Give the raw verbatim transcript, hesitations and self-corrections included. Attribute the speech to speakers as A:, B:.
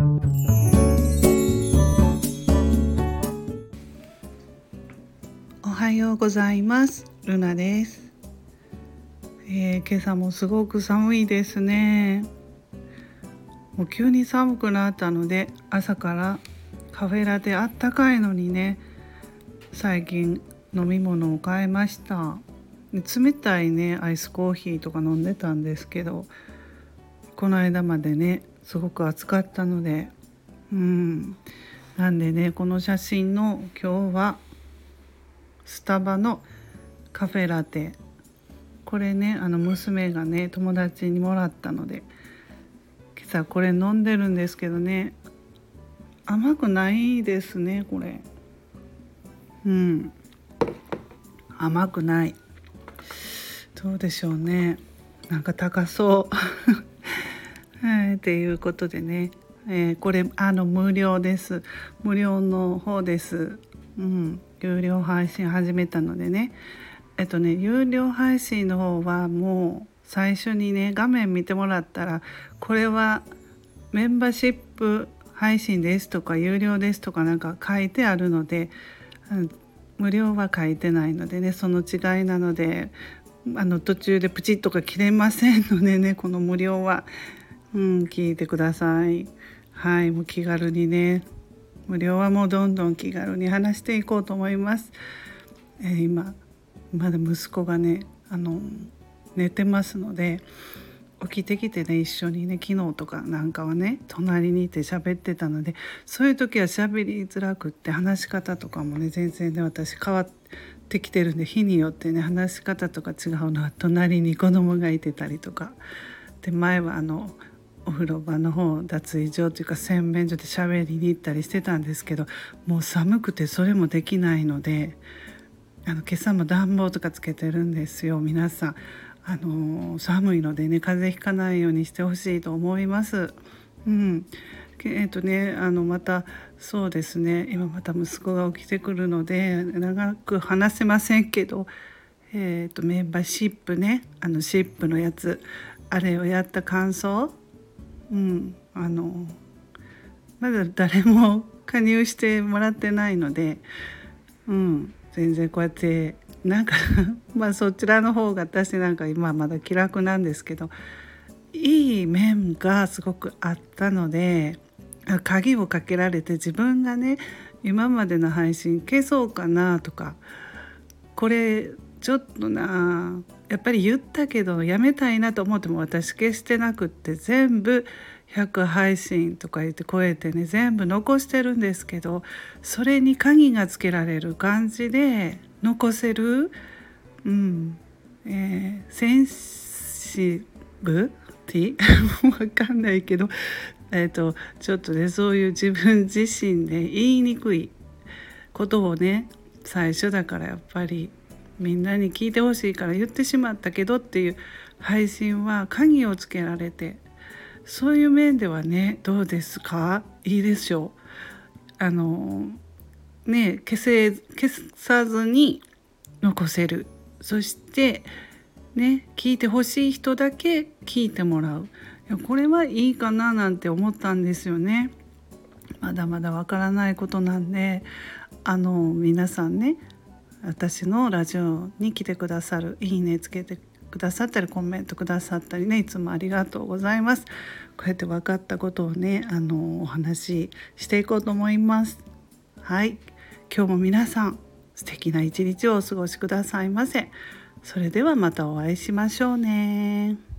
A: おはようございます。ルナです、えー、今朝もすごく寒いですね。もう急に寒くなったので朝からカフェラテあったかいのにね、最近飲み物を変えました。冷たいねアイスコーヒーとか飲んでたんですけど、この間までねすごく暑かったので、うんなんでね、この写真の今日はスタバのカフェラテ、これねあの娘がね友達にもらったので今朝これ飲んでるんですけどね、甘くないですねこれ。うん甘くない。どうでしょうね、なんか高そうはい、ということでね、えー、これあの無料です。無料の方です。うん、有料配信始めたのでね、えっとね有料配信の方はもう最初にね画面見てもらったら、これはメンバーシップ配信ですとか有料ですとかなんか書いてあるので、うん、無料は書いてないのでね、その違いなので、あの途中でプチッとか切れませんのでね、この無料は、うん、聞いてください。はい、もう気軽にね、無料はもうどんどん気軽に話していこうと思います。えー、今まだ息子がねあの寝てますので、起きてきてね一緒にね、昨日とかなんかはね隣にいて喋ってたので、そういう時は喋りづらくって、話し方とかもね全然ね私変わってきてるんで、日によってね話し方とか違うのは、隣に子供がいてたりとかで、前はあのお風呂場の方、脱衣所というか洗面所で喋りに行ったりしてたんですけど、もう寒くてそれもできないので、あの今朝も暖房とかつけてるんですよ。皆さんあの寒いのでね風邪ひかないようにしてほしいと思います。うん、えっとねあのまたそうですね、今また息子が起きてくるので長く話せませんけど、えっとメンバーシップね、あのシップのやつ、あれをやった感想、うんあのまだ誰も加入してもらってないので、うん全然こうやってなんかまあそちらの方が私なんか今まだ気楽なんですけど、いい面がすごくあったので、鍵をかけられて自分がね今までの配信消そうかなとか、これちょっとなやっぱり言ったけどやめたいなと思っても私消してなくって、全部ひゃく配信とか言って超えてね全部残してるんですけど、それに鍵がつけられる感じで残せる、うんえー、センシブティわかんないけど、えーと、ちょっとねそういう自分自身で言いにくいことをね、最初だからやっぱりみんなに聞いてほしいから言ってしまったけどっていう配信は鍵をつけられて、そういう面ではねどうですか、いいでしょう。あのね消せ消さずに残せる、そしてね聞いてほしい人だけ聞いてもらう、いやこれはいいかななんて思ったんですよね。まだまだわからないことなんで、あの皆さんね私のラジオに来てくださる、いいねつけてくださったりコメントくださったりね、いつもありがとうございます。こうやって分かったことをねあのお話ししていこうと思います。はい、今日も皆さん素敵な一日をお過ごしくださいませ。それではまたお会いしましょうね。